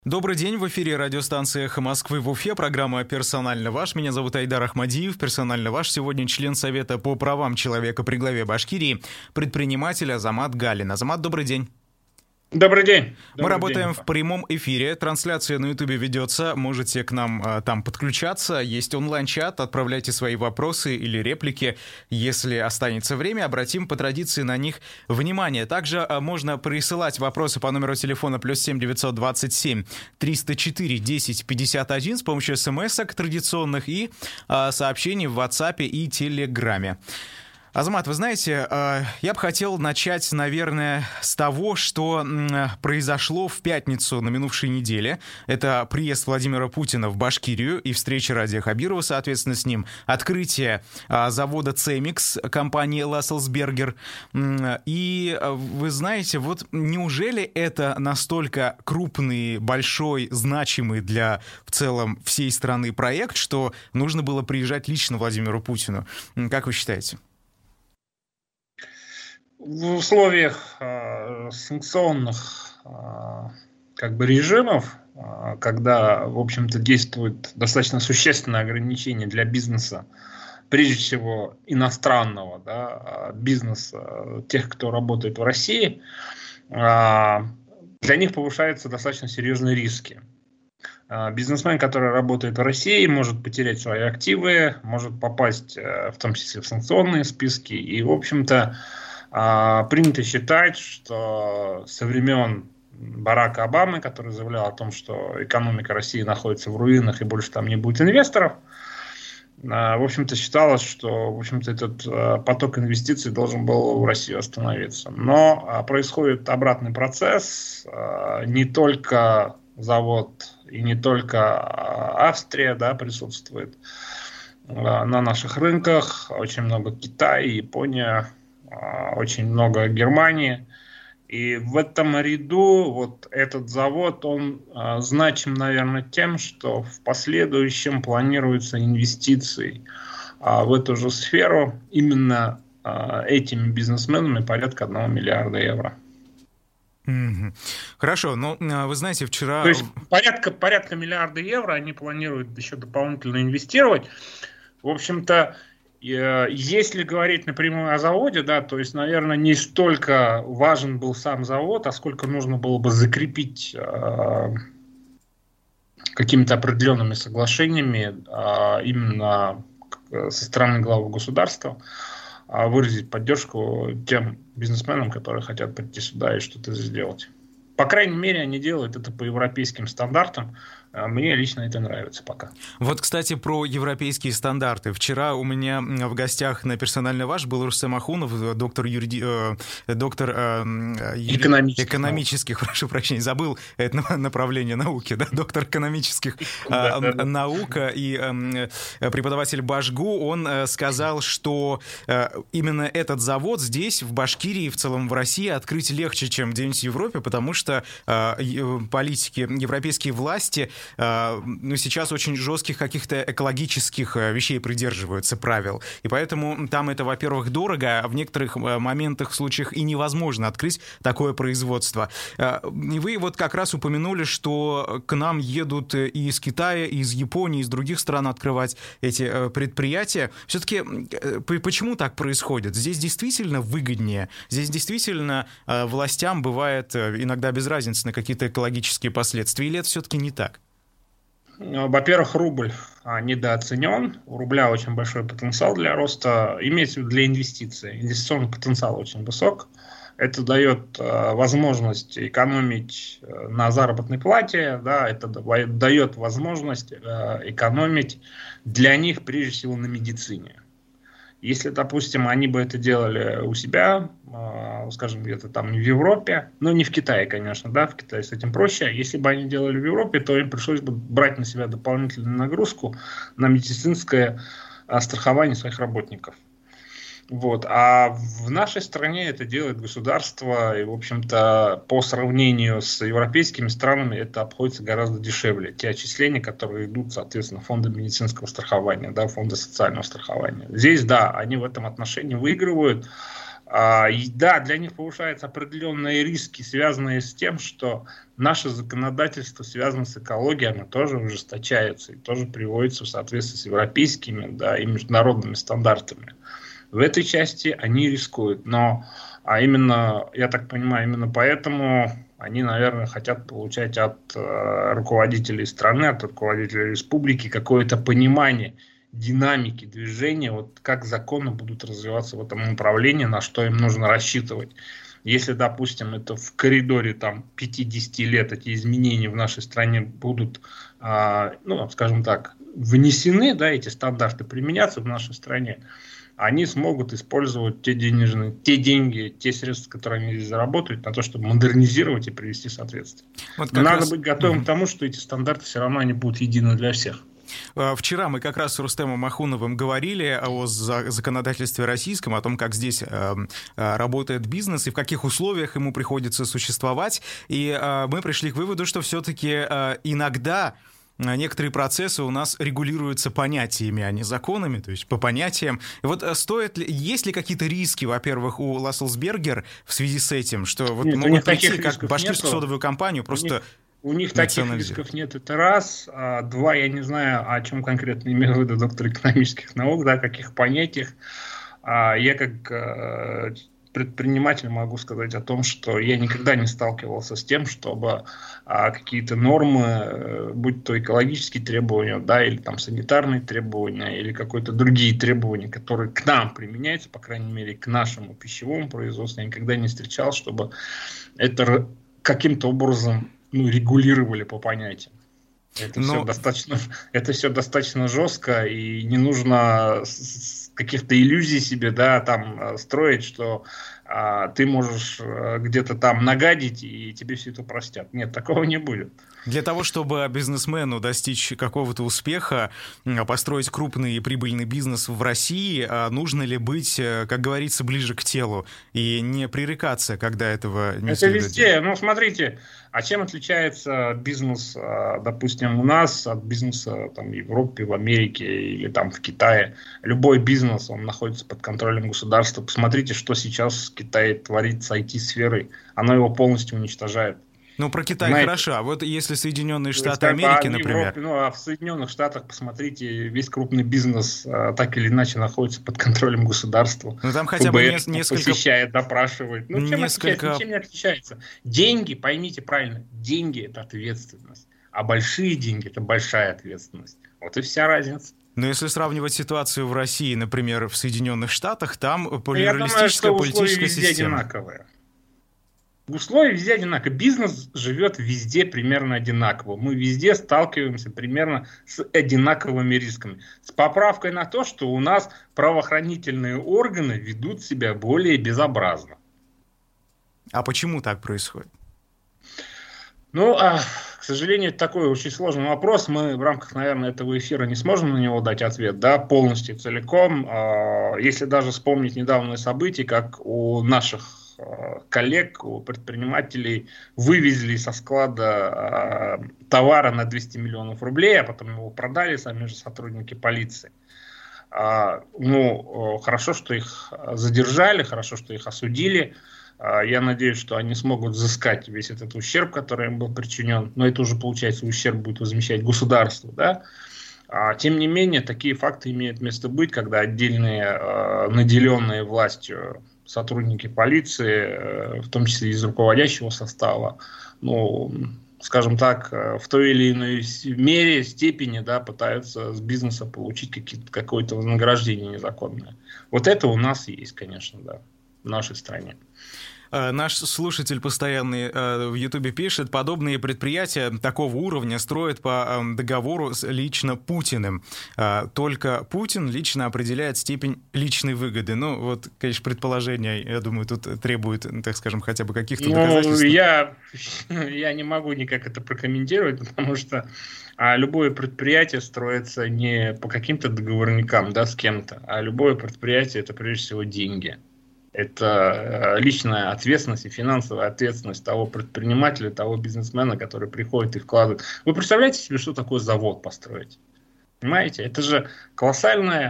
Добрый день, в эфире радиостанция «Эхо Москвы» в Уфе, программа «Персонально ваш». Меня зовут Айдар Ахмадиев, «Персонально ваш». Сегодня член Совета по правам человека при главе Башкирии, предприниматель Азамат Галин. Азамат, добрый день. Добрый день. Мы работаем в прямом эфире, трансляция на Ютубе ведется, можете к нам там подключаться, есть онлайн-чат, отправляйте свои вопросы или реплики, если останется время, обратим по традиции на них внимание. Также можно присылать вопросы по номеру телефона +7 927 304 10 51 с помощью смс-ок традиционных и сообщений в WhatsApp и Телеграме. Азамат, вы знаете, я бы хотел начать, наверное, с того, что произошло в пятницу на минувшей неделе. Это приезд Владимира Путина в Башкирию и встреча Радия Хабирова, соответственно, с ним. Открытие завода «Цемикс» компании «Ласселсбергер». И вы знаете, вот неужели это настолько крупный, большой, значимый для в целом всей страны проект, что нужно было приезжать лично Владимиру Путину? Как вы считаете? В условиях санкционных режимов, когда, в общем-то, действует достаточно существенное ограничение для бизнеса, прежде всего иностранного бизнеса, тех, кто работает в России, для них повышаются достаточно серьезные риски. Бизнесмен, который работает в России, может потерять свои активы, может попасть в том числе в санкционные списки. И, в общем-то, принято считать, что со времен Барака Обамы, который заявлял о том, что экономика России находится в руинах и больше там не будет инвесторов, в общем-то считалось, что этот поток инвестиций должен был в Россию остановиться. Но происходит обратный процесс. Не только завод и не только Австрия присутствует на наших рынках. Очень много Китая, Япония, очень много Германии. И в этом ряду вот этот завод, он значим, наверное, тем, что в последующем планируются инвестиции в эту же сферу именно этими бизнесменами порядка 1 миллиарда евро. Хорошо, но вы знаете, вчера... То есть порядка миллиарда евро они планируют еще дополнительно инвестировать. В общем-то, если говорить напрямую о заводе, то есть, наверное, не столько важен был сам завод, а сколько нужно было бы закрепить какими-то определенными соглашениями именно со стороны главы государства, выразить поддержку тем бизнесменам, которые хотят прийти сюда и что-то сделать. По крайней мере, они делают это по европейским стандартам. Мне лично это нравится пока. Вот, кстати, про европейские стандарты. Вчера у меня в гостях на «Персонально ваш» был Рустем Ахунов, доктор экономических, прошу прощения, забыл это направление науки, доктор экономических наук и преподаватель БашГУ. Он сказал, что именно этот завод здесь, в Башкирии, в целом в России, открыть легче, чем где-нибудь в Европе, потому что политики, европейские власти сейчас очень жестких каких-то экологических вещей придерживаются, правил. И поэтому там это, во-первых, дорого, а в некоторых моментах, случаях и невозможно открыть такое производство. И вы вот как раз упомянули, что к нам едут и из Китая, и из Японии, и из других стран открывать эти предприятия. Все-таки почему так происходит? Здесь действительно выгоднее? Здесь действительно властям бывает иногда без разницы на какие-то экологические последствия? Или это все-таки не так? Во-первых, рубль недооценен. У рубля очень большой потенциал для роста, имеется в виду для инвестиций. Инвестиционный потенциал очень высок. Это дает возможность экономить на заработной плате, это дает возможность экономить для них, прежде всего, на медицине. Если, допустим, они бы это делали у себя, скажем, где-то там в Европе, но не в Китае, конечно, в Китае с этим проще. Если бы они делали в Европе, то им пришлось бы брать на себя дополнительную нагрузку на медицинское страхование своих работников. А в нашей стране это делает государство, и, в общем-то, по сравнению с европейскими странами это обходится гораздо дешевле. Те отчисления, которые идут, соответственно, фонда медицинского страхования, фонда социального страхования. Здесь, они в этом отношении выигрывают. И да, для них повышаются определенные риски, связанные с тем, что наше законодательство связано с экологией, оно тоже ужесточается и тоже приводится в соответствии с европейскими, да, и международными стандартами. В этой части они рискуют, но именно, я так понимаю, именно поэтому они, наверное, хотят получать от руководителей страны, от руководителей республики какое-то понимание динамики движения, вот как законы будут развиваться в этом направлении, на что им нужно рассчитывать. Если, допустим, это в коридоре там, 50 лет эти изменения в нашей стране будут, ну, скажем так, внесены, да, эти стандарты применяться в нашей стране, они смогут использовать те деньги, те средства, которые они здесь заработают, на то, чтобы модернизировать и привести в соответствие. Вот надо быть готовым к тому, что эти стандарты все равно они будут едины для всех. Вчера мы как раз с Рустемом Махуновым говорили о законодательстве российском, о том, как здесь работает бизнес и в каких условиях ему приходится существовать. И мы пришли к выводу, что все-таки иногда некоторые процессы у нас регулируются понятиями, а не законами, то есть по понятиям. И вот есть ли какие-то риски, во-первых, у Лассельсбергер в связи с этим, что вот могут прийти как башкирскую содовую компанию просто... У них таких рисков нет, это раз. Два, я не знаю, о чем конкретно имел в виду доктор экономических наук, да, о каких понятиях. Я как предприниматель могу сказать о том, что я никогда не сталкивался с тем, чтобы какие-то нормы, будь то экологические требования, да, или там санитарные требования, или какие-то другие требования, которые к нам применяются, по крайней мере, к нашему пищевому производству, я никогда не встречал, чтобы это каким-то образом регулировали по понятиям. Это все достаточно жестко, и не нужно каких-то иллюзий себе, да, там строить, что ты можешь где-то там нагадить, и тебе все это простят. Нет, такого не будет. Для того, чтобы бизнесмену достичь какого-то успеха, построить крупный и прибыльный бизнес в России, нужно ли быть, как говорится, ближе к телу и не пререкаться, когда этого не следует? Это везде. Смотрите, а чем отличается бизнес, допустим, у нас от бизнеса там, в Европе, в Америке или там в Китае? Любой бизнес, он находится под контролем государства. Посмотрите, что сейчас в Китае творит с IT-сферой. Оно его полностью уничтожает. Про Китай хорошо. А вот если Соединенные Штаты Америки, например... А в Соединенных Штатах, посмотрите, весь крупный бизнес так или иначе находится под контролем государства. Там хотя бы несколько... посещает, допрашивает. Чем отличается? Ничем не отличается. Деньги, поймите правильно, деньги – это ответственность. А большие деньги – это большая ответственность. Вот и вся разница. Но если сравнивать ситуацию в России, например, в Соединенных Штатах, там плюралистическая политическая система. Одинаковая. Условия везде одинаковые. Бизнес живет везде примерно одинаково. Мы везде сталкиваемся примерно с одинаковыми рисками. С поправкой на то, что у нас правоохранительные органы ведут себя более безобразно. А почему так происходит? К сожалению, это такой очень сложный вопрос. Мы в рамках, наверное, этого эфира не сможем на него дать ответ, да, полностью, целиком. Если даже вспомнить недавние события, как у наших коллег, у предпринимателей вывезли со склада товара на 200 миллионов рублей, а потом его продали сами же сотрудники полиции. Хорошо, что их задержали, хорошо, что их осудили. Я надеюсь, что они смогут взыскать весь этот ущерб, который им был причинен. Но это уже, получается, ущерб будет возмещать государство, да? Тем не менее, такие факты имеют место быть, когда отдельные наделенные властью сотрудники полиции, в том числе из руководящего состава, скажем так, в той или иной мере, степени, да, пытаются с бизнеса получить какое-то вознаграждение незаконное. Вот это у нас есть, конечно, да, в нашей стране. Наш слушатель постоянный в Ютубе пишет: подобные предприятия такого уровня строят по договору с лично Путиным. Только Путин лично определяет степень личной выгоды. Конечно, предположение, я думаю, тут требует, так скажем, хотя бы каких-то доказательств. Я не могу никак это прокомментировать, потому что любое предприятие строится не по каким-то договорникам, да, с кем-то, а любое предприятие – это прежде всего деньги. Это личная ответственность и финансовая ответственность того предпринимателя, того бизнесмена, который приходит и вкладывает. Вы представляете себе, что такое завод построить? Понимаете? Это же колоссальная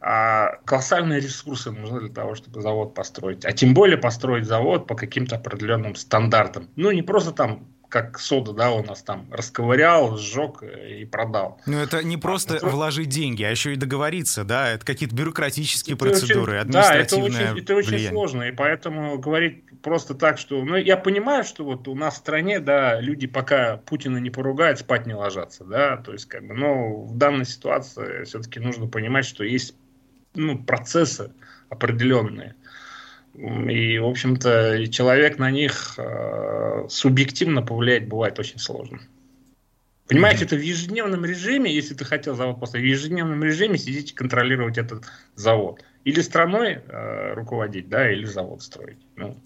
колоссальные ресурсы нужны для того, чтобы завод построить. А тем более построить завод по каким-то определенным стандартам. Ну, не просто там, как сода, да, у нас там расковырял, сжег и продал. Ну, это не просто вложить деньги, а еще и договориться, да? Это какие-то бюрократические это процедуры, очень, административное да, это очень влияние. сложно, и поэтому говорить просто так, что... Ну, я понимаю, что вот у нас в стране, да, люди пока Путина не поругают, спать не ложатся, да, то есть, как бы, но в данной ситуации все-таки нужно понимать, что есть, ну, процессы определенные. И, в общем-то, человек на них субъективно повлиять бывает очень сложно. Понимаете, это в ежедневном режиме, если ты хотел завод поставить, в ежедневном режиме сидите контролировать этот завод. Или страной руководить, да, или завод строить. Ну.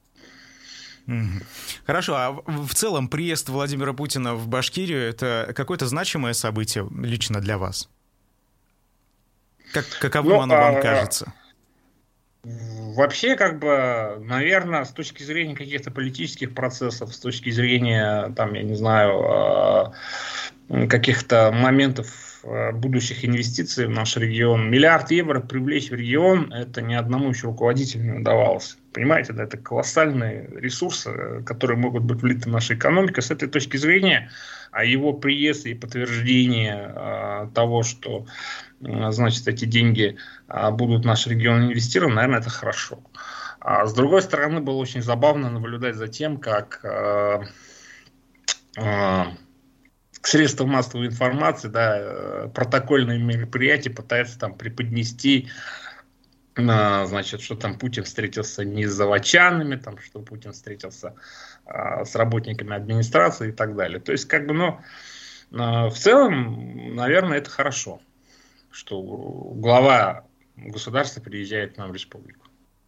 Хорошо, а в целом приезд Владимира Путина в Башкирию — это какое-то значимое событие лично для вас? Каковым оно вам кажется? Вообще, как бы, наверное, с точки зрения каких-то политических процессов, с точки зрения, там, я не знаю, каких-то моментов будущих инвестиций в наш регион, 1 миллиард евро привлечь в регион, это ни одному еще руководителю не удавалось. Понимаете, да, это колоссальные ресурсы, которые могут быть влиты в нашу экономику. С этой точки зрения, его приезд и подтверждение того, что, значит, эти деньги будут в наш регион инвестированы, наверное, это хорошо. А с другой стороны, было очень забавно наблюдать за тем, как средства массовой информации, да, протокольные мероприятия пытаются там преподнести, значит, что там Путин встретился не с заводчанами, там, что Путин встретился с работниками администрации и так далее. То есть, как бы, ну, в целом, наверное, это хорошо, что глава государства приезжает к нам в республику.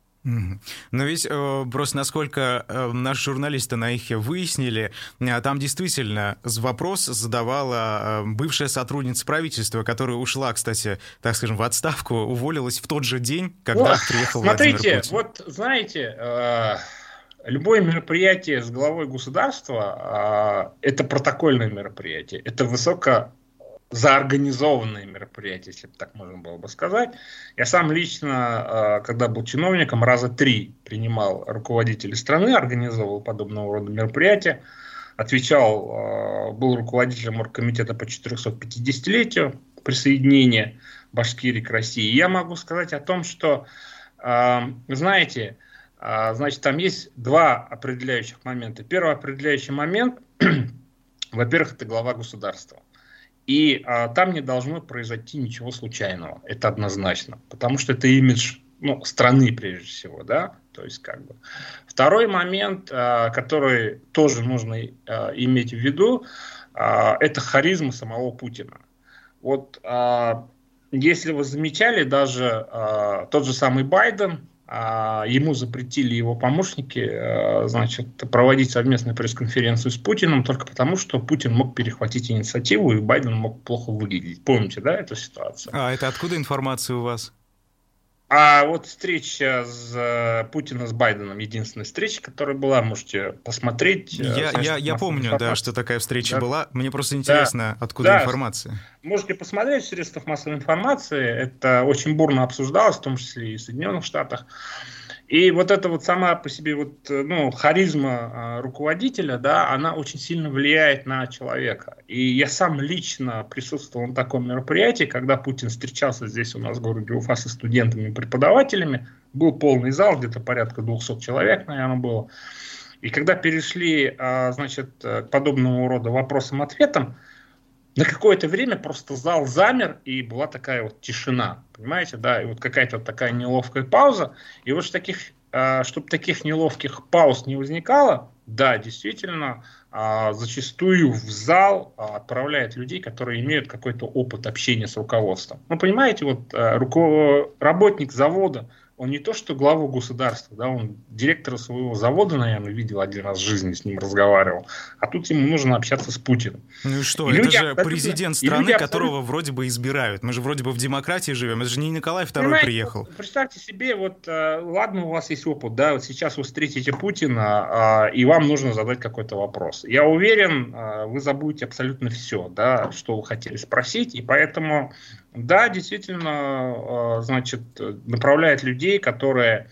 Но ведь просто насколько наши журналисты на Эхе выяснили, там действительно вопрос задавала бывшая сотрудница правительства, которая ушла, кстати, так скажем, в отставку, уволилась в тот же день, когда приехал Владимир Путин. Смотрите, вот знаете, любое мероприятие с главой государства это протокольное мероприятие, это заорганизованные мероприятия, если бы так можно было бы сказать. Я сам лично, когда был чиновником, раза 3 принимал руководителей страны, организовывал подобного рода мероприятия, отвечал, был руководителем оргкомитета по 450-летию присоединения Башкирии к России. И я могу сказать о том, что, знаете, значит, там есть 2 определяющих момента. Первый определяющий момент, во-первых, это глава государства. И там не должно произойти ничего случайного. Это однозначно. Потому что это имидж, ну, страны прежде всего. Да? То есть, как бы. Второй момент, который тоже нужно иметь в виду, это харизма самого Путина. Вот если вы замечали, даже тот же самый Байден, ему запретили его помощники, значит, проводить совместную пресс-конференцию с Путиным только потому, что Путин мог перехватить инициативу, и Байден мог плохо выглядеть. Помните, да, эту ситуацию? А это откуда информация у вас? А вот встреча Путина с Байденом, единственная встреча, которая была, можете посмотреть. Я помню, да, что такая встреча была. Мне просто интересно, откуда информация. Можете посмотреть в средствах массовой информации. Это очень бурно обсуждалось, в том числе и в Соединенных Штатах. И вот эта вот сама по себе вот, ну, харизма руководителя, да, она очень сильно влияет на человека. И я сам лично присутствовал на таком мероприятии, когда Путин встречался здесь у нас в городе Уфа со студентами и преподавателями. Был полный зал, где-то порядка 200 человек, наверное, было. И когда перешли, значит, к подобного рода вопросам-ответам, на какое-то время просто зал замер, и была такая вот тишина, понимаете, да, и вот какая-то вот такая неловкая пауза, и вот чтобы таких неловких пауз не возникало, да, действительно, зачастую в зал отправляют людей, которые имеют какой-то опыт общения с руководством. Ну, понимаете, вот работник завода, он не то что главу государства, да, он директора своего завода, наверное, видел один раз в жизни, с ним разговаривал, а тут ему нужно общаться с Путиным. Ну и что, это же президент страны, которого вроде бы избирают. Мы же вроде бы в демократии живем, это же не Николай II приехал. Вот, представьте себе, вот, ладно, у вас есть опыт, да, вот сейчас вы встретите Путина, и вам нужно задать какой-то вопрос. Я уверен, вы забудете абсолютно все, да, что вы хотели спросить, и поэтому... Да, действительно, значит, направляет людей, которые,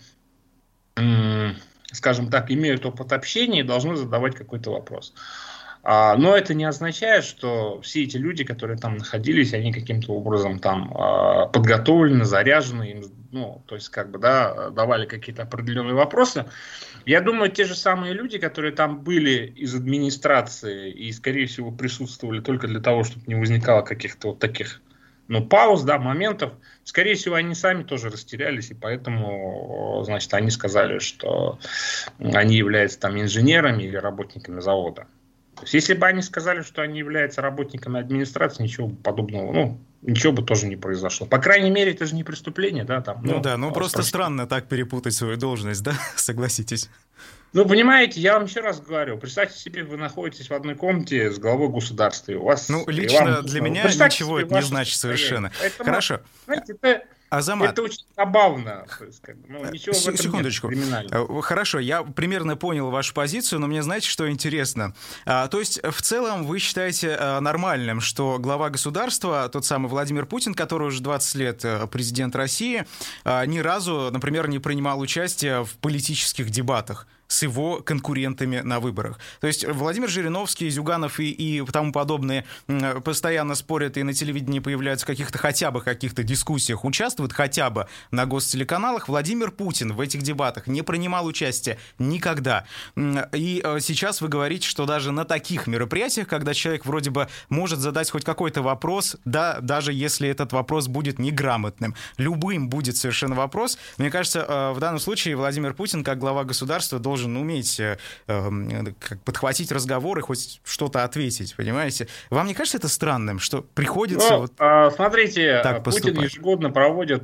скажем так, имеют опыт общения и должны задавать какой-то вопрос. Но это не означает, что все эти люди, которые там находились, они каким-то образом там подготовлены, заряжены, ну, то есть, как бы, да, давали какие-то определенные вопросы. Я думаю, те же самые люди, которые там были из администрации и, скорее всего, присутствовали только для того, чтобы не возникало каких-то вот таких пауз, да, моментов, скорее всего, они сами тоже растерялись, и поэтому, значит, они сказали, что они являются там инженерами или работниками завода. То есть, если бы они сказали, что они являются работниками администрации, ничего подобного, ничего бы тоже не произошло. По крайней мере, это же не преступление, да, там. Просто странно так перепутать свою должность, да, согласитесь. Понимаете, я вам еще раз говорю, представьте себе, вы находитесь в одной комнате с главой государства, и у вас... лично для меня ничего это не значит совершенно. Поэтому, хорошо. Знаете, Азамат. Это очень забавно. Ничего в этом секундочку. Нет криминального. Хорошо, я примерно понял вашу позицию, но мне, знаете, что интересно? То есть, в целом, вы считаете нормальным, что глава государства, тот самый Владимир Путин, который уже 20 лет президент России, ни разу, например, не принимал участие в политических дебатах с его конкурентами на выборах. То есть Владимир Жириновский, Зюганов и тому подобные постоянно спорят и на телевидении появляются хотя бы в каких-то дискуссиях, участвуют хотя бы на гостелеканалах. Владимир Путин в этих дебатах не принимал участия никогда. И сейчас вы говорите, что даже на таких мероприятиях, когда человек вроде бы может задать хоть какой-то вопрос, да, даже если этот вопрос будет неграмотным, любым будет совершенно вопрос. Мне кажется, в данном случае Владимир Путин, как глава государства, должен уметь подхватить разговор и хоть что-то ответить, понимаете? Вам не кажется это странным, что приходится... Смотрите, так Путин ежегодно проводит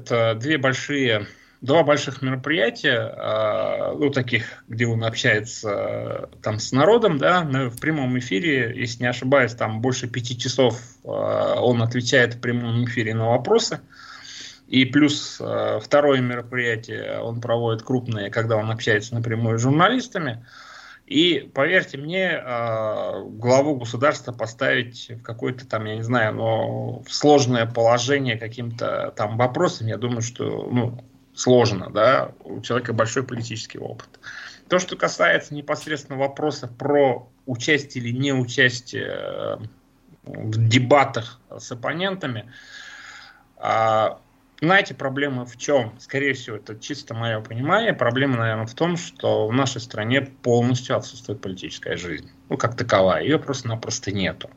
два больших мероприятия, таких, где он общается там с народом, да, в прямом эфире, если не ошибаюсь, там больше 5 часов он отвечает в прямом эфире на вопросы. И плюс второе мероприятие он проводит крупное, когда он общается напрямую с журналистами. И, поверьте мне, главу государства поставить в какое-то там, я не знаю, в сложное положение каким-то там вопросом, я думаю, что, сложно, да, у человека большой политический опыт. То, что касается непосредственно вопросов про участие или неучастие в дебатах с оппонентами, знаете, проблема в чем? Скорее всего, это чисто мое понимание. Проблема, наверное, в том, что в нашей стране полностью отсутствует политическая жизнь. Как таковая. Ее просто-напросто нету.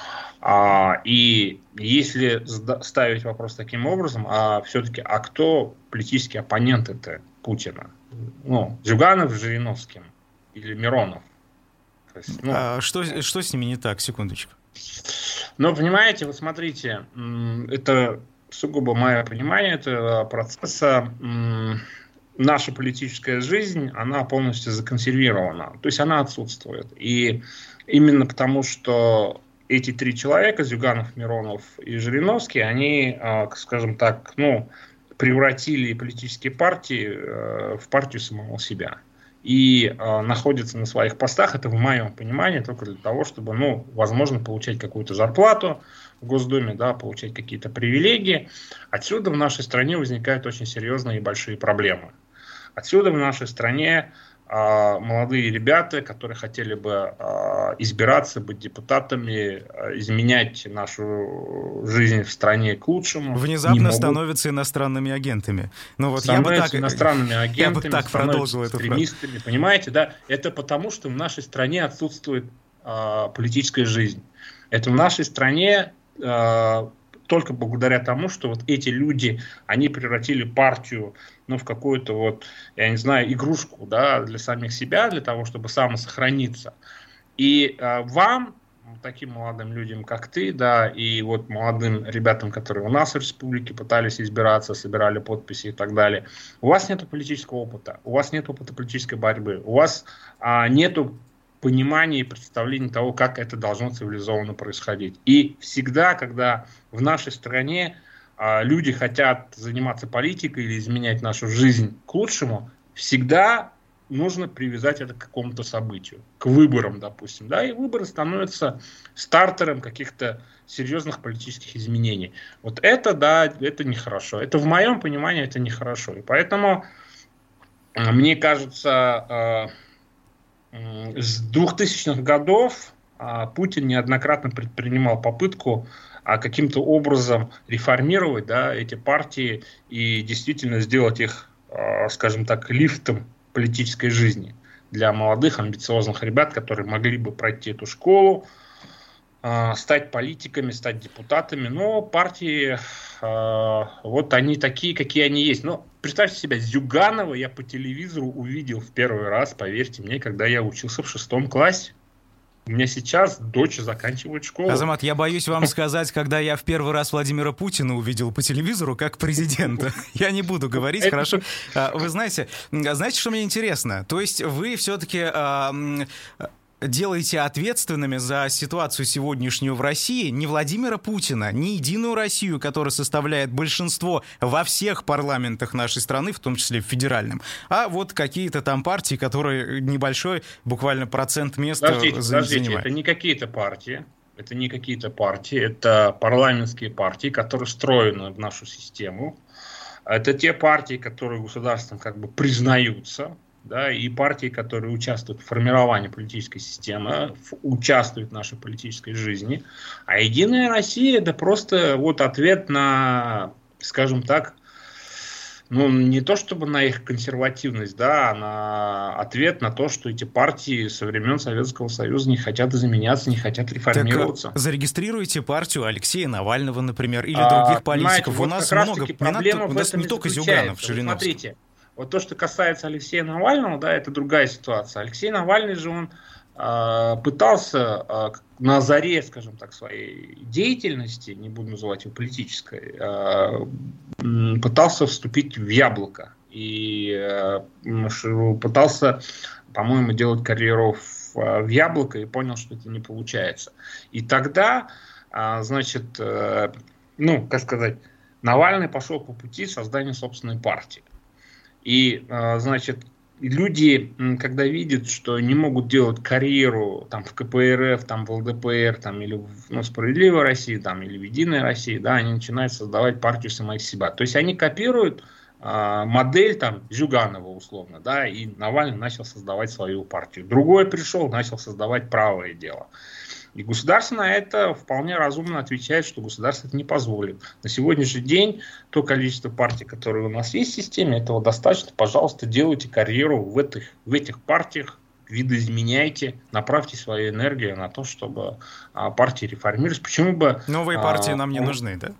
И если ставить вопрос таким образом, все-таки, кто политический оппонент это Путина? Зюганов с Жириновским или Миронов? То есть, что с ними не так? Секундочку. Понимаете, вот смотрите, это... сугубо мое понимание этого процесса, наша политическая жизнь, она полностью законсервирована, то есть она отсутствует. И именно потому, что эти три человека, Зюганов, Миронов и Жириновский, они, скажем так, превратили политические партии в партию самого себя. И находятся на своих постах, это в моем понимании, только для того, чтобы, возможно, получать какую-то зарплату в Госдуме, да, получать какие-то привилегии. Отсюда в нашей стране возникают очень серьезные и большие проблемы. Отсюда в нашей стране молодые ребята, которые хотели бы избираться, быть депутатами, изменять нашу жизнь в стране к лучшему. Внезапно становятся иностранными агентами. Становятся иностранными агентами, я бы так продолжил эту фразу. Понимаете, да? Это потому, что в нашей стране отсутствует политическая жизнь. Это в нашей стране только благодаря тому, что вот эти люди, они превратили партию в какую-то я не знаю, игрушку, да, для самих себя, для того, чтобы самосохраниться. И вам, таким молодым людям, как ты, да, и вот молодым ребятам, которые у нас в республике пытались избираться, собирали подписи и так далее, у вас нет политического опыта, у вас нет опыта политической борьбы, у вас нету понимания и представления того, как это должно цивилизованно происходить. И всегда, когда в нашей стране люди хотят заниматься политикой или изменять нашу жизнь к лучшему, всегда нужно привязать это к какому-то событию, к выборам, допустим. Да, и выборы становятся стартером каких-то серьезных политических изменений. Вот это, да, это нехорошо. Это в моем понимании это нехорошо. И поэтому, мне кажется, с 2000-х годов Путин неоднократно предпринимал попытку каким-то образом реформировать, да, эти партии и действительно сделать их, скажем так, лифтом политической жизни для молодых, амбициозных ребят, которые могли бы пройти эту школу, стать политиками, стать депутатами. Но партии, вот они такие, какие они есть. Но представьте себе, Зюганова я по телевизору увидел в первый раз, поверьте мне, когда я учился в 6 классе. У меня сейчас дочь заканчивает школу. Азамат, я боюсь вам сказать, когда я в первый раз Владимира Путина увидел по телевизору как президента. Я не буду говорить, хорошо. Вы знаете, что мне интересно? То есть вы все-таки делаете ответственными за ситуацию сегодняшнюю в России не Владимира Путина, не Единую Россию, которая составляет большинство во всех парламентах нашей страны, в том числе в федеральном, а вот какие-то там партии, которые небольшой, буквально процент места занимают. Это не какие-то партии. Это не какие-то партии, это парламентские партии, которые встроены в нашу систему. Это те партии, которые государством как бы признаются. Да, и партии, которые участвуют в формировании политической системы, участвуют в нашей политической жизни. А Единая Россия – это просто вот ответ на, скажем так, ну, не то чтобы на их консервативность, да, а на ответ на то, что эти партии со времен Советского Союза не хотят изменяться, не хотят реформироваться. Так зарегистрируйте партию Алексея Навального, например, или других политиков. У нас много, у нас не только Зюганов, Жириновский. Смотрите. Вот то, что касается Алексея Навального, да, это другая ситуация. Алексей Навальный же, он пытался на заре, скажем так, своей деятельности, не буду называть его политической, пытался вступить в Яблоко. И пытался, по-моему, делать карьеру в Яблоко и понял, что это не получается. И тогда, значит, ну, как сказать, Навальный пошел по пути создания собственной партии. И, значит, люди, когда видят, что не могут делать карьеру там, в КПРФ, там, в ЛДПР, там, или в «Справедливой России», там, или в «Единой России», да, они начинают создавать партию самих себя. То есть они копируют модель там, Зюганова условно, да, и Навальный начал создавать свою партию. Другой пришел, начал создавать «Правое дело». И государство на это вполне разумно отвечает, что государство это не позволит. На сегодняшний день то количество партий, которые у нас есть в системе, этого достаточно. Пожалуйста, делайте карьеру в этих партиях, видоизменяйте, направьте свою энергию на то, чтобы партии реформировались. Почему бы... Новые партии нам не нужны, да?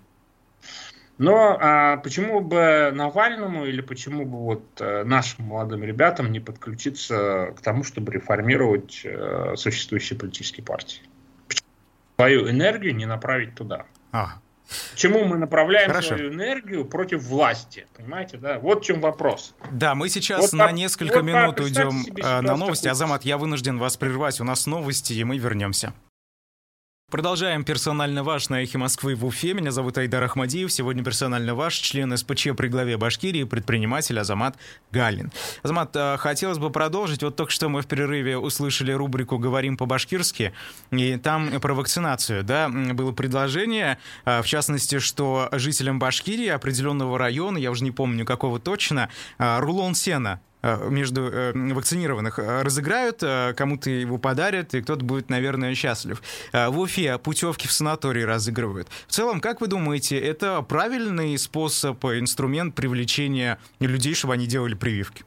Но почему бы Навальному или почему бы вот нашим молодым ребятам не подключиться к тому, чтобы реформировать существующие политические партии? Свою энергию не направить туда. Почему мы направляем свою энергию против власти? Понимаете, да? Вот в чем вопрос. Да, мы сейчас на несколько минут уйдем на новости. Азамат, я вынужден вас прервать. У нас новости, и мы вернемся. Продолжаем «Персонально ваш» на «Эхе Москвы» в Уфе. Меня зовут Айдар Ахмадиев. Сегодня «Персонально ваш» член СПЧ при главе Башкирии, предприниматель Азамат Галин. Азамат, хотелось бы продолжить. Вот только что мы в перерыве услышали рубрику «Говорим по-башкирски», и там про вакцинацию, да, было предложение, в частности, что жителям Башкирии определенного района, я уже не помню какого точно, рулон сена между вакцинированных разыграют, кому-то его подарят, и кто-то будет, наверное, счастлив. В Уфе путевки в санатории разыгрывают. В целом, как вы думаете, это правильный способ, инструмент привлечения людей, чтобы они делали прививки?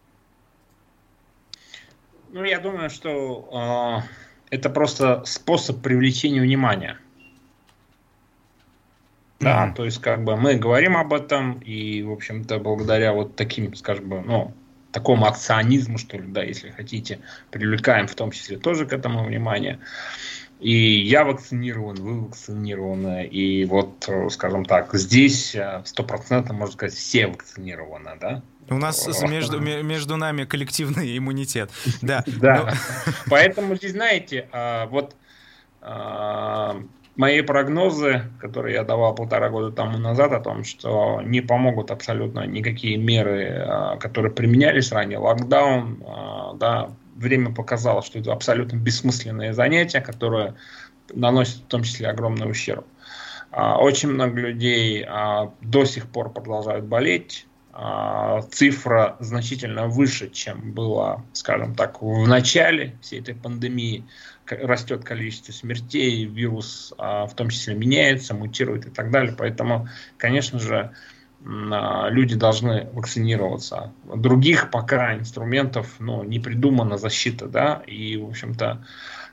Ну, я думаю, что это просто способ привлечения внимания. Да, то есть, как бы мы говорим об этом, и, в общем-то, благодаря вот таким, скажем, ну, такому акционизму, что ли, да, если хотите, привлекаем в том числе тоже к этому внимание. И я вакцинирован, вы вакцинированы. И вот, скажем так, здесь 100%, можно сказать, все вакцинированы, да? У нас между нами коллективный иммунитет. Да. Да. Поэтому здесь, знаете, вот мои прогнозы, которые я давал 1,5 года тому назад, о том, что не помогут абсолютно никакие меры, которые применялись ранее, локдаун, да, время показало, что это абсолютно бессмысленные занятия, которые наносят в том числе огромный ущерб. Очень много людей до сих пор продолжают болеть. Цифра значительно выше, чем было, скажем так, в начале всей этой пандемии. Растет количество смертей, вирус в том числе меняется, мутирует и так далее. Поэтому, конечно же, люди должны вакцинироваться. Других пока инструментов не придумана защита, да, и, в общем-то,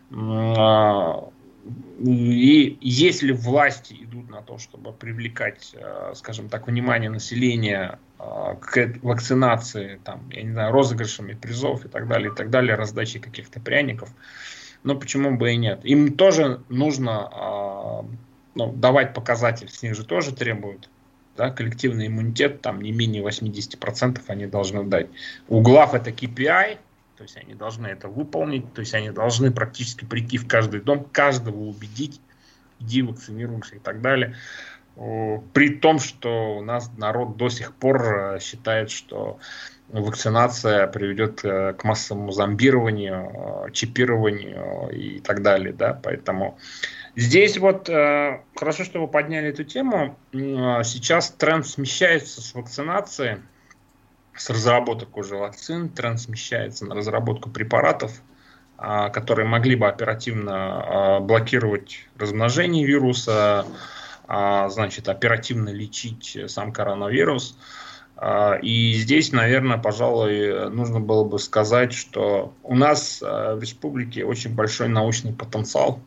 и если власти идут на то, чтобы привлекать, скажем так, внимание населения к вакцинации, там, я не знаю, розыгрышами призов и так далее, раздачей каких-то пряников, но почему бы и нет. Им тоже нужно давать показатель, с них же тоже требуют. Да, коллективный иммунитет, там не менее 80% они должны дать. У глав это KPI, то есть они должны это выполнить, то есть они должны практически прийти в каждый дом, каждого убедить, иди вакцинируйся и так далее. При том, что у нас народ до сих пор считает, что вакцинация приведет к массовому зомбированию, чипированию и так далее. Да? Поэтому здесь вот хорошо, что вы подняли эту тему. Сейчас тренд смещается с вакцинации, с разработок уже вакцин, тренд смещается на разработку препаратов, которые могли бы оперативно блокировать размножение вируса, значит, оперативно лечить сам коронавирус. И здесь, наверное, пожалуй, нужно было бы сказать, что у нас в республике очень большой научный потенциал.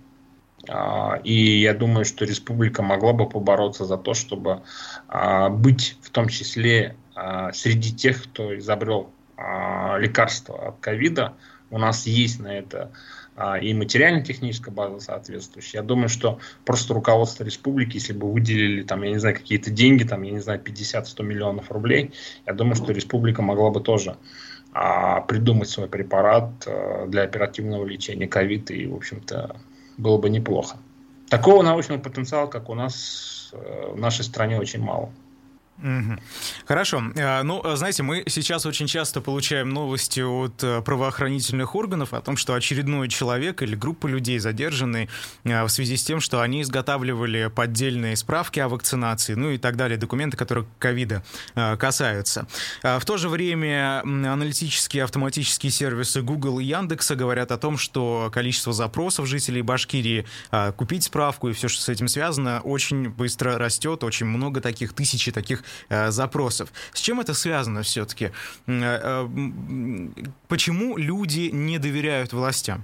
И я думаю, что республика могла бы побороться за то, чтобы быть в том числе среди тех, кто изобрел лекарство от ковида. У нас есть на это и материально-техническая база соответствующая. Я думаю, что просто руководство республики, если бы выделили, там, я не знаю, какие-то деньги, там, я не знаю, 50-100 миллионов рублей, я думаю, что республика могла бы тоже придумать свой препарат для оперативного лечения ковида, и, в общем-то, было бы неплохо. Такого научного потенциала, как у нас, в нашей стране очень мало. Хорошо. Ну, знаете, мы сейчас очень часто получаем новости от правоохранительных органов о том, что очередной человек или группа людей задержаны в связи с тем, что они изготавливали поддельные справки о вакцинации, ну и так далее, документы, которые ковида касаются. В то же время аналитические автоматические сервисы Google и Яндекса говорят о том, что количество запросов жителей Башкирии купить справку и все, что с этим связано, очень быстро растет, очень много таких, тысячи таких запросов. С чем это связано все-таки? Почему люди не доверяют властям?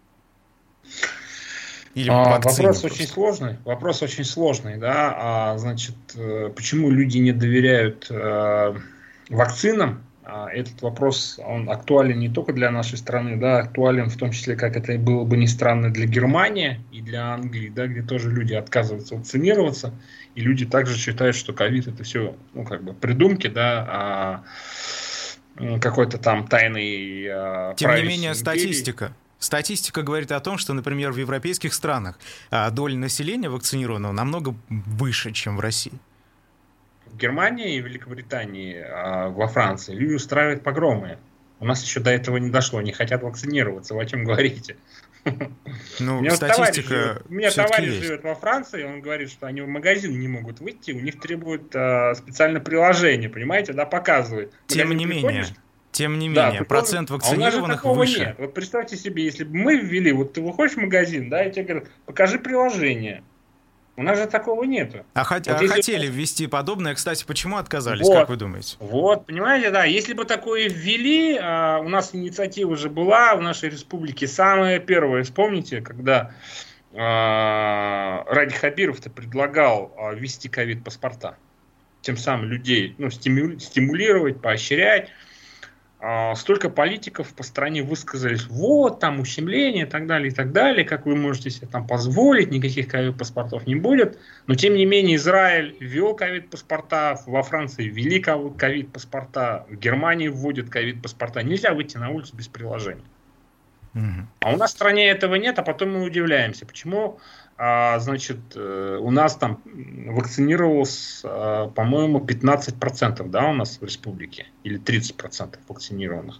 Или вопрос очень сложный. Вопрос очень сложный, да. Значит, почему люди не доверяют вакцинам? Этот вопрос, он актуален не только для нашей страны, да, актуален в том числе, как это было бы ни странно, для Германии и для Англии, да, где тоже люди отказываются вакцинироваться, и люди также считают, что ковид это все, ну, как бы придумки, да, какой-то там тайный... Тем не менее, Статистика говорит о том, что, например, в европейских странах доля населения вакцинированного намного выше, чем в России. В Германии и Великобритании, во Франции люди устраивают погромы. У нас еще до этого не дошло, не хотят вакцинироваться. Вы о чем говорите? Ну, у меня товарищ живет во Франции, он говорит, что они в магазин не могут выйти, у них требуют специальное приложение, понимаете, да, показывает. Тем не менее, процент вакцинированных выше. Нет. Вот представьте себе, если бы мы ввели, вот ты выходишь в магазин, да, и тебе говорят, покажи приложение. У нас же такого нету. Хотели ввести подобное, кстати, почему отказались, как вы думаете? Вот, понимаете, да, если бы такое ввели, у нас инициатива же была в нашей республике, самая первая, вспомните, когда Ради Хабиров-то предлагал ввести ковид-паспорта, тем самым людей, ну, стимулировать, поощрять. столько политиков по стране высказались, вот, там ущемление и так далее, как вы можете себе там позволить, никаких ковид-паспортов не будет. Но, тем не менее, Израиль ввел ковид-паспорта, во Франции ввели ковид-паспорта, в Германии вводят ковид-паспорта. Нельзя выйти на улицу без приложения. А у нас в стране этого нет, а потом мы удивляемся, почему, у нас там вакцинировалось, по-моему, 15%, да, у нас в республике, или 30% вакцинированных.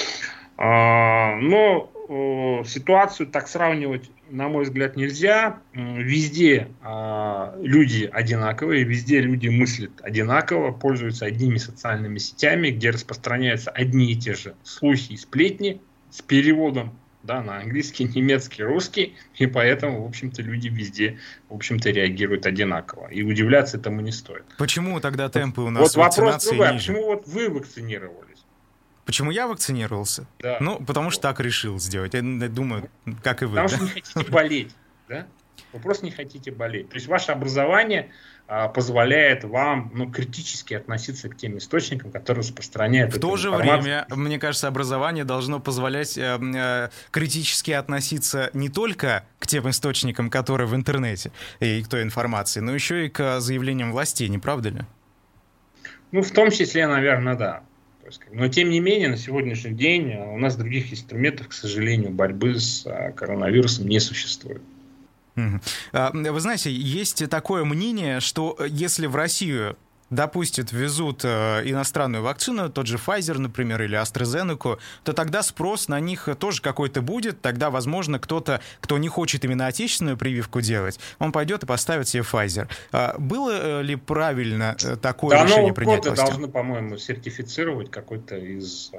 Но ситуацию так сравнивать, на мой взгляд, нельзя. Везде люди одинаковые, везде люди мыслят одинаково, пользуются одними социальными сетями, где распространяются одни и те же слухи и сплетни, с переводом, да, на английский, немецкий, русский, и поэтому, в общем-то, люди везде, в общем-то, реагируют одинаково. И удивляться этому не стоит. Почему тогда темпы у нас вакцинации другой, ниже? Почему вот вы вакцинировались? Почему я вакцинировался? Да. Ну, потому что так решил сделать. Я думаю, как и вы. Потому что не хотите болеть, да? Вы просто не хотите болеть. То есть ваше образование позволяет вам критически относиться к тем источникам, которые распространяют эту информацию. В то же время, мне кажется, образование должно позволять критически относиться не только к тем источникам, которые в интернете и к той информации, но еще и к заявлениям властей, не правда ли? Ну, в том числе, наверное, да. Но, тем не менее, на сегодняшний день у нас других инструментов, к сожалению, борьбы с коронавирусом не существует. Вы знаете, есть такое мнение, что если в Россию, допустим, везут иностранную вакцину, тот же Pfizer, например, или AstraZeneca, то тогда спрос на них тоже какой-то будет. Тогда, возможно, кто-то, кто не хочет именно отечественную прививку делать, он пойдет и поставит себе Pfizer. Было ли правильно такое решение принять властью? Должны, по-моему, сертифицировать какой-то из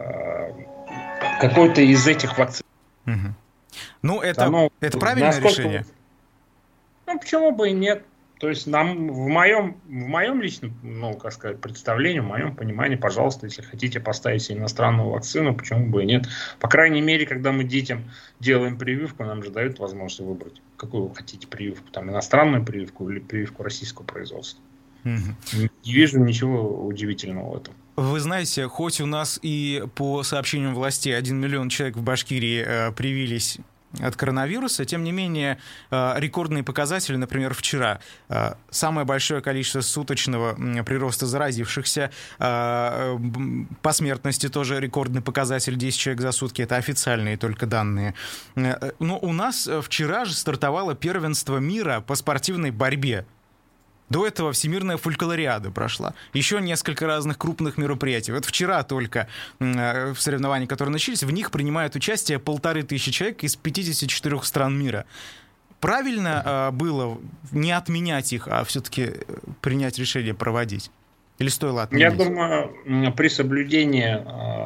этих вакцин. Ну, это правильное решение? Ну, почему бы и нет? То есть в моем личном, представлении, в моем понимании, пожалуйста, если хотите поставить себе иностранную вакцину, почему бы и нет? По крайней мере, когда мы детям делаем прививку, нам же дают возможность выбрать, какую вы хотите прививку, там, иностранную прививку или прививку российского производства. Не вижу ничего удивительного в этом. Вы знаете, хоть у нас и по сообщениям властей 1 миллион человек в Башкирии привились от коронавируса, тем не менее, рекордные показатели, например, вчера, самое большое количество суточного прироста заразившихся, по смертности тоже рекордный показатель, 10 человек за сутки, это официальные только данные. Но у нас вчера же стартовало первенство мира по спортивной борьбе. До этого Всемирная фольклориада прошла. Еще несколько разных крупных мероприятий. Вот вчера только в соревнованиях, которые начались, в них принимают участие 1500 человек из 54 стран мира. Правильно было не отменять их, а все-таки принять решение проводить? Или стоило отменить? Я думаю, при соблюдении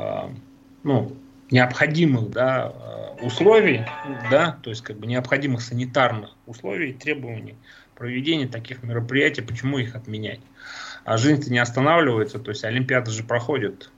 необходимых условий, то есть необходимых санитарных условий, требований, проведение таких мероприятий, почему их отменять? А жизнь-то не останавливается, то есть Олимпиады же проходят,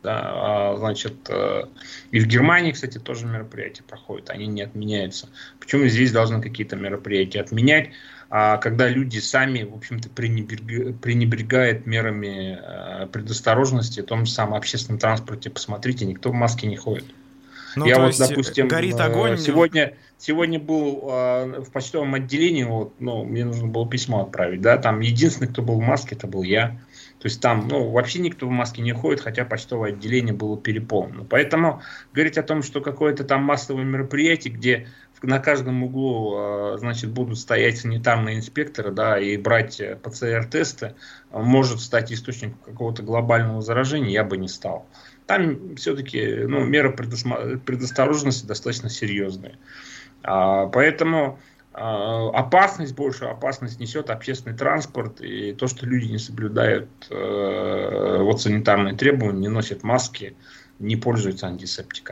и в Германии, кстати, тоже мероприятия проходят, они не отменяются. Почему здесь должны какие-то мероприятия отменять, когда люди сами, в общем-то, пренебрегают мерами предосторожности, в том же самом общественном транспорте, посмотрите, никто в маске не ходит. Ну, я допустим, горит огонь. Сегодня был в почтовом отделении, мне нужно было письмо отправить, там единственный, кто был в маске, это был я. То есть там вообще никто в маске не ходит, хотя почтовое отделение было переполнено. Поэтому говорить о том, что какое-то там массовое мероприятие, где на каждом углу будут стоять санитарные инспекторы, и брать ПЦР-тесты, может стать источником какого-то глобального заражения, я бы не стал. Там все-таки меры предосторожности достаточно серьезные. Поэтому большую опасность несет общественный транспорт и то, что люди не соблюдают санитарные требования, не носят маски, не пользуются антисептиками.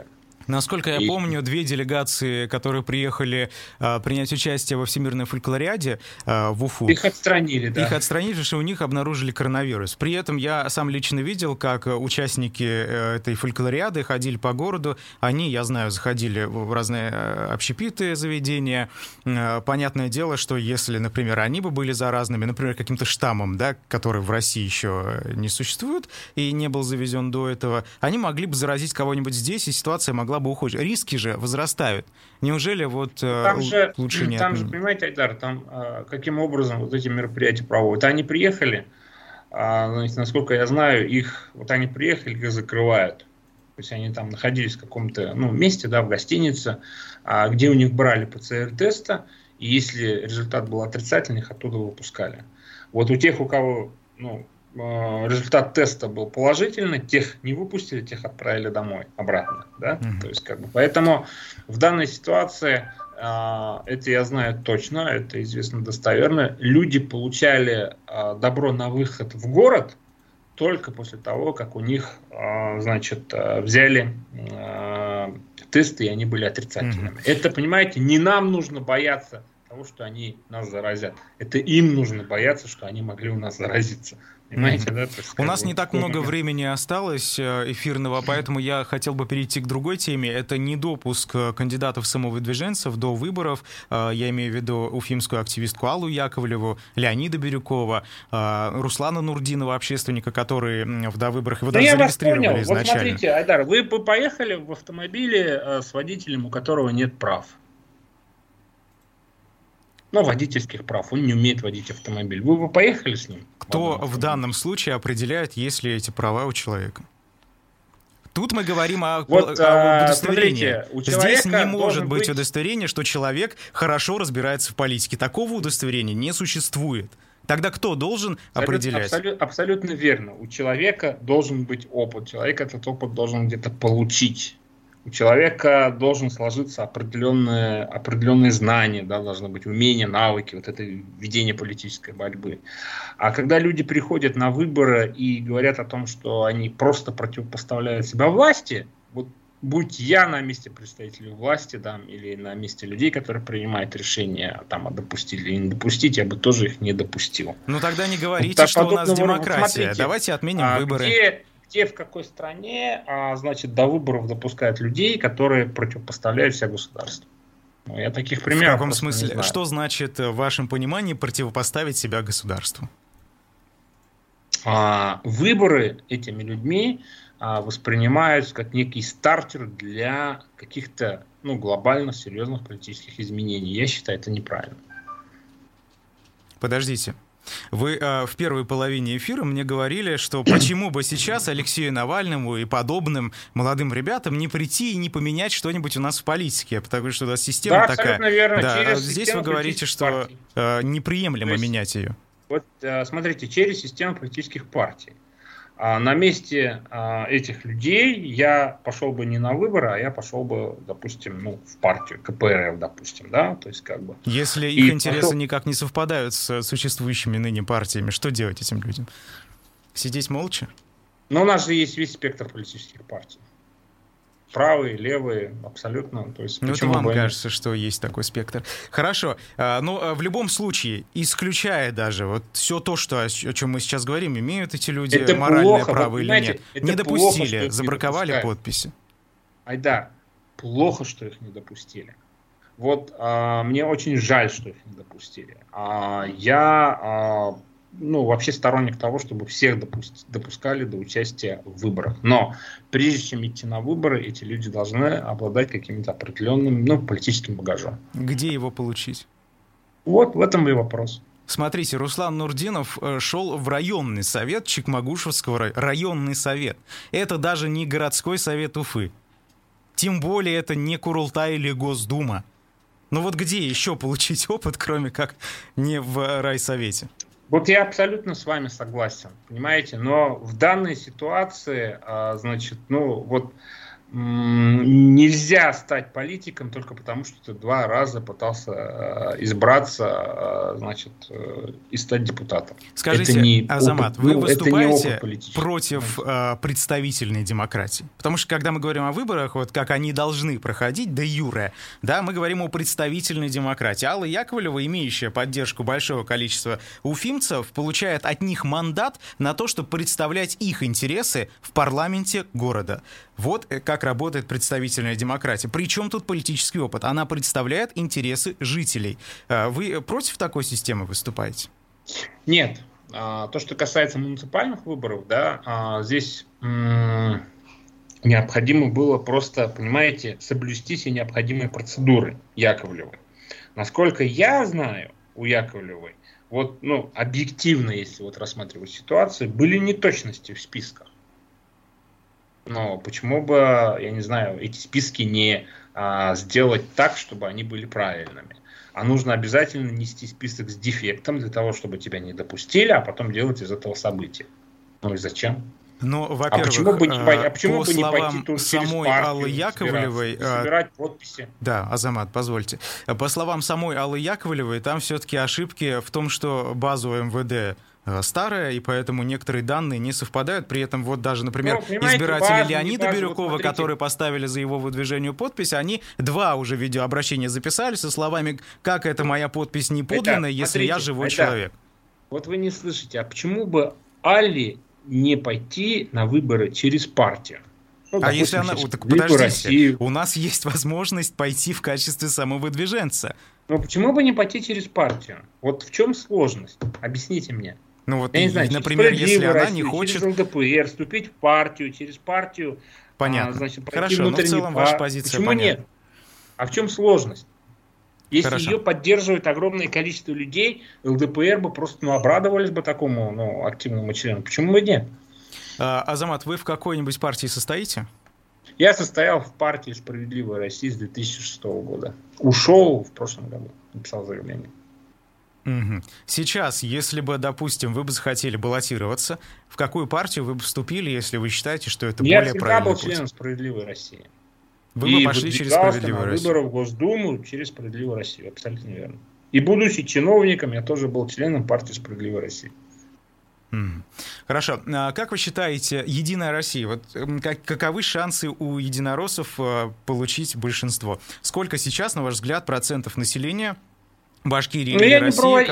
Насколько я помню, 2 делегации, которые приехали принять участие во Всемирной фольклориаде в Уфу. Их отстранили, да. Их отстранили, потому что у них обнаружили коронавирус. При этом я сам лично видел, как участники этой фольклориады ходили по городу. Они, я знаю, заходили в разные общепиты, заведения. Понятное дело, что если, например, они бы были заразными, например, каким-то штаммом, да, который в России еще не существует и не был завезен до этого, они могли бы заразить кого-нибудь здесь, и ситуация могла бы ухудшиться. Риски же возрастают. Неужели вот лучше не Там же, понимаете, Айдар, там каким образом вот эти мероприятия проводят? Они приехали, значит, насколько я знаю, они приехали, их закрывают. То есть они там находились в каком-то месте, да, в гостинице, где у них брали ПЦР-теста, и если результат был отрицательный, их оттуда выпускали. Вот у тех, у кого результат теста был положительный, тех не выпустили, тех отправили домой, обратно. Да? То есть, поэтому в данной ситуации, это я знаю точно, это известно достоверно, люди получали добро на выход в город только после того, как у них, взяли тесты, и они были отрицательными. Это, понимаете, не нам нужно бояться того, что они нас заразят. Это им нужно бояться, что они могли у нас заразиться. Понимаете, да? У нас не так много времени осталось эфирного, поэтому я хотел бы перейти к другой теме. Это недопуск кандидатов-самовыдвиженцев до выборов. Я имею в виду уфимскую активистку Аллу Яковлеву, Леонида Бирюкова, Руслана Нурдинова, общественника, который до выборов его даже зарегистрировали изначально. Вот смотрите, Айдар, вы поехали в автомобиле с водителем, у которого нет прав. Водительских прав. Он не умеет водить автомобиль. Вы бы поехали с ним? Кто в данном случае определяет, есть ли эти права у человека? Тут мы говорим о удостоверении. Здесь не может быть удостоверение, что человек хорошо разбирается в политике. Такого удостоверения не существует. Тогда кто должен определять? Абсолютно верно. У человека должен быть опыт. Человек этот опыт должен где-то получить. У человека должен сложиться определенные знания, да, должны быть умения, навыки, вот это ведение политической борьбы. А когда люди приходят на выборы и говорят о том, что они просто противопоставляют себя власти, вот будь я на месте представителей власти, да, или на месте людей, которые принимают решения, допустить или не допустить, я бы тоже их не допустил. Ну тогда не говорите, что у нас демократия. Смотрите, давайте отменим выборы. Где в какой стране, до выборов допускают людей, которые противопоставляют себя государству? Я таких примеров. В каком смысле? Что значит, в вашем понимании, противопоставить себя государству? Выборы этими людьми воспринимаются как некий стартер для каких-то глобально серьезных политических изменений. Я считаю, это неправильно. Подождите. Вы в первой половине эфира мне говорили, что почему бы сейчас Алексею Навальному и подобным молодым ребятам не прийти и не поменять что-нибудь у нас в политике, потому что у нас система такая. Абсолютно верно. Да, здесь вы говорите, что неприемлемо менять ее. Вот смотрите, через систему политических партий. На месте этих людей я пошел бы не на выборы, а я пошел бы, допустим, в партию КПРФ, допустим, да, то есть Если их интересы никак не совпадают с существующими ныне партиями, что делать этим людям? Сидеть молча? Но у нас же есть весь спектр политических партий. Правые, левые, абсолютно. То есть, это вам кажется, что есть такой спектр. Хорошо. Но в любом случае, исключая даже вот все то, о чем мы сейчас говорим, имеют эти люди это моральное право или нет? Не допустили, плохо, забраковали подписи. Айдар, плохо, что их не допустили. Вот мне очень жаль, что их не допустили. Я вообще сторонник того, чтобы всех допускали до участия в выборах. Но прежде чем идти на выборы, эти люди должны обладать каким-то определенным политическим багажом. Где его получить? Вот в этом и вопрос. Смотрите, Руслан Нурдинов шел в районный совет Чекмагушевского районный совет. Это даже не городской совет Уфы. Тем более это не Курултай или Госдума. Ну вот где еще получить опыт, кроме как не в райсовете? Вот я абсолютно с вами согласен, понимаете, но в данной ситуации, Нельзя стать политиком только потому, что ты 2 раза пытался избраться, значит, и стать депутатом. Скажите, Азамат, вы выступаете политический против представительной демократии? Потому что, когда мы говорим о выборах, вот как они должны проходить, де юре, да, мы говорим о представительной демократии. Алла Яковлева, имеющая поддержку большого количества уфимцев, получает от них мандат на то, чтобы представлять их интересы в парламенте города. Вот как работает представительная демократия. Причем тут политический опыт? Она представляет интересы жителей. Вы против такой системы выступаете? Нет. То, что касается муниципальных выборов, да, здесь необходимо было просто, понимаете, соблюсти все необходимые процедуры Яковлевой. Насколько я знаю, у Яковлевой, вот, ну, объективно, если вот рассматривать ситуацию, были неточности в списках. Но почему бы, я не знаю, эти списки не сделать так, чтобы они были правильными? А нужно обязательно нести список с дефектом для того, чтобы тебя не допустили, а потом делать из этого событие. Ну и зачем? Ну, во-первых, почему бы не пойти тут самой Аллы Яковлевой, собирать подписи? Да, Азамат, позвольте. По словам самой Аллы Яковлевой, там все-таки ошибки в том, что базу МВД старая, и поэтому некоторые данные не совпадают. При этом вот даже, например, избиратели Леонида Бирюкова, вот которые поставили за его выдвижение подпись, они 2 уже видеообращения записали со словами «Как это моя подпись не подлинная, если я живой человек?» Вот вы не слышите, а почему бы Алле не пойти на выборы через партию? Ну, допустим, если она... Так подождите, у нас есть возможность пойти в качестве самовыдвиженца. Ну почему бы не пойти через партию? Вот в чем сложность? Объясните мне. Ну вот, я не знаю, например, если она не хочет... Через ЛДПР, вступить в партию, через партию... Понятно. Значит, хорошо, но в целом ваша позиция Почему понятна. Нет? А в чем сложность? Если Хорошо. ее поддерживает огромное количество людей, ЛДПР бы просто обрадовались бы такому активному члену. Почему бы нет? Азамат, вы в какой-нибудь партии состоите? Я состоял в партии «Справедливая Россия» с 2006 года. Ушел в прошлом году, написал заявление. Угу. Сейчас, если бы, допустим, вы бы захотели баллотироваться, в какую партию вы бы вступили, если вы считаете, что это более правильный путь? Я всегда был членом «Справедливой России». Вы бы пошли через «Справедливую Россию». Выборы в Госдуму через «Справедливую Россию». Абсолютно верно. И будучи чиновником, я тоже был членом партии «Справедливая Россия». Хорошо. Как вы считаете, «Единая Россия», вот каковы шансы у единороссов получить большинство? Сколько сейчас, на ваш взгляд, процентов населения Башкирии или России,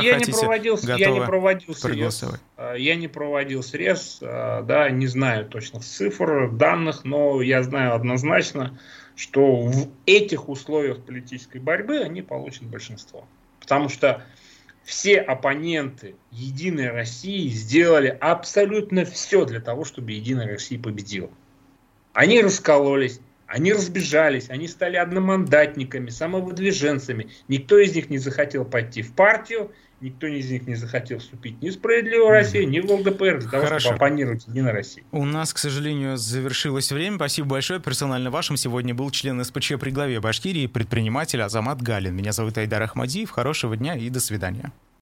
Я не проводил срез, да, не знаю точных цифр, данных, но я знаю однозначно, что в этих условиях политической борьбы они получат большинство. Потому что все оппоненты «Единой России» сделали абсолютно все для того, чтобы «Единая Россия» победила. Они раскололись, они разбежались, они стали одномандатниками, самовыдвиженцами. Никто из них не захотел пойти в партию, никто из них не захотел вступить ни в «Справедливую Россию», ни в ЛДПР для того, чтобы оппонировать «Единой России». У нас, к сожалению, завершилось время. Спасибо большое. Персонально вашим сегодня был член СПЧ при главе Башкирии, предприниматель Азамат Галин. Меня зовут Айдар Ахмадиев. Хорошего дня и до свидания.